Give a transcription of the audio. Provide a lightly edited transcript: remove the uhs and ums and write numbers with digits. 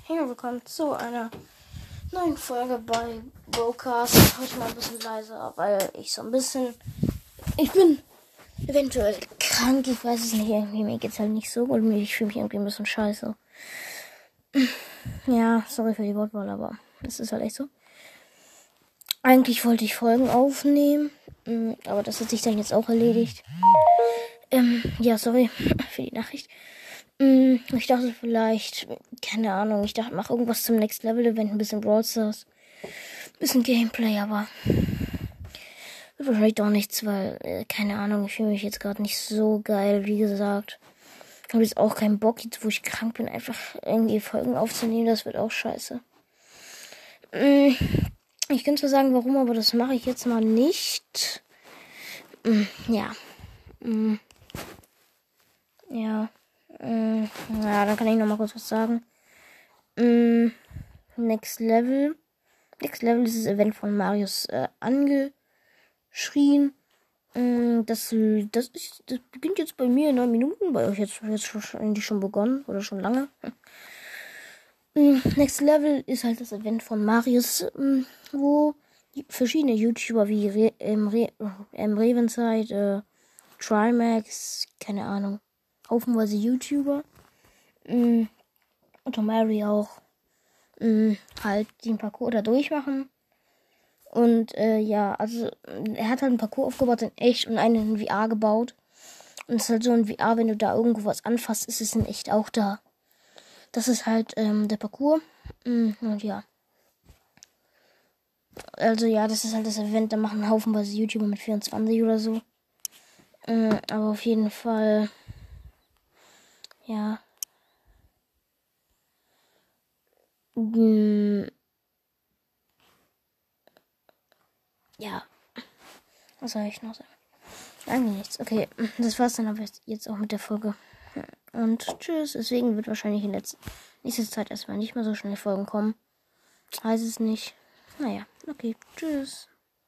Hey und willkommen zu einer neuen Folge bei Brocast. Heute mal ein bisschen leiser, weil ich so ein bisschen... Ich bin eventuell krank, ich weiß es nicht. Irgendwie mir geht's halt nicht so gut. Ich fühle mich irgendwie ein bisschen scheiße. Ja, sorry für die Wortwahl, aber das ist halt echt so. Eigentlich wollte ich Folgen aufnehmen, aber das hat sich dann jetzt auch erledigt. Ja, sorry für die Nachricht. Ich dachte vielleicht, keine Ahnung, mach irgendwas zum Next Level Event, ein bisschen Brawl Stars, ein bisschen Gameplay, aber wird wahrscheinlich doch nichts, weil, keine Ahnung, ich fühle mich jetzt gerade nicht so geil, wie gesagt. Ich habe jetzt auch keinen Bock, jetzt wo ich krank bin, einfach irgendwie Folgen aufzunehmen, das wird auch scheiße. Ich könnte zwar sagen, warum, aber das mache ich jetzt mal nicht. Ja. Ja. Ja, dann kann ich noch mal kurz was sagen. Next Level. Next Level ist das Event von Marius angeschrien. Das beginnt jetzt bei mir in 9 Minuten. Bei euch jetzt wahrscheinlich schon begonnen. Oder schon lange. Next Level ist halt das Event von Marius, wo verschiedene YouTuber wie Revenside, Trimax, keine Ahnung, haufenweise YouTuber, und Mary auch, halt den Parcours da durchmachen. Und ja, also er hat halt einen Parcours aufgebaut in echt und einen in VR gebaut. Und es ist halt so in VR, wenn du da irgendwo was anfasst, ist es in echt auch da. Das ist halt der Parcours. Und ja. Also ja, das ist halt das Event, da machen haufenweise YouTuber mit 24 oder so. Aber auf jeden Fall, ja. Ja. Was soll ich noch sagen? Eigentlich nichts. Okay, das war's dann aber jetzt auch mit der Folge. Und tschüss. Deswegen wird wahrscheinlich in nächster Zeit erstmal nicht mehr so schnell Folgen kommen. Weiß es nicht. Naja, okay. Tschüss.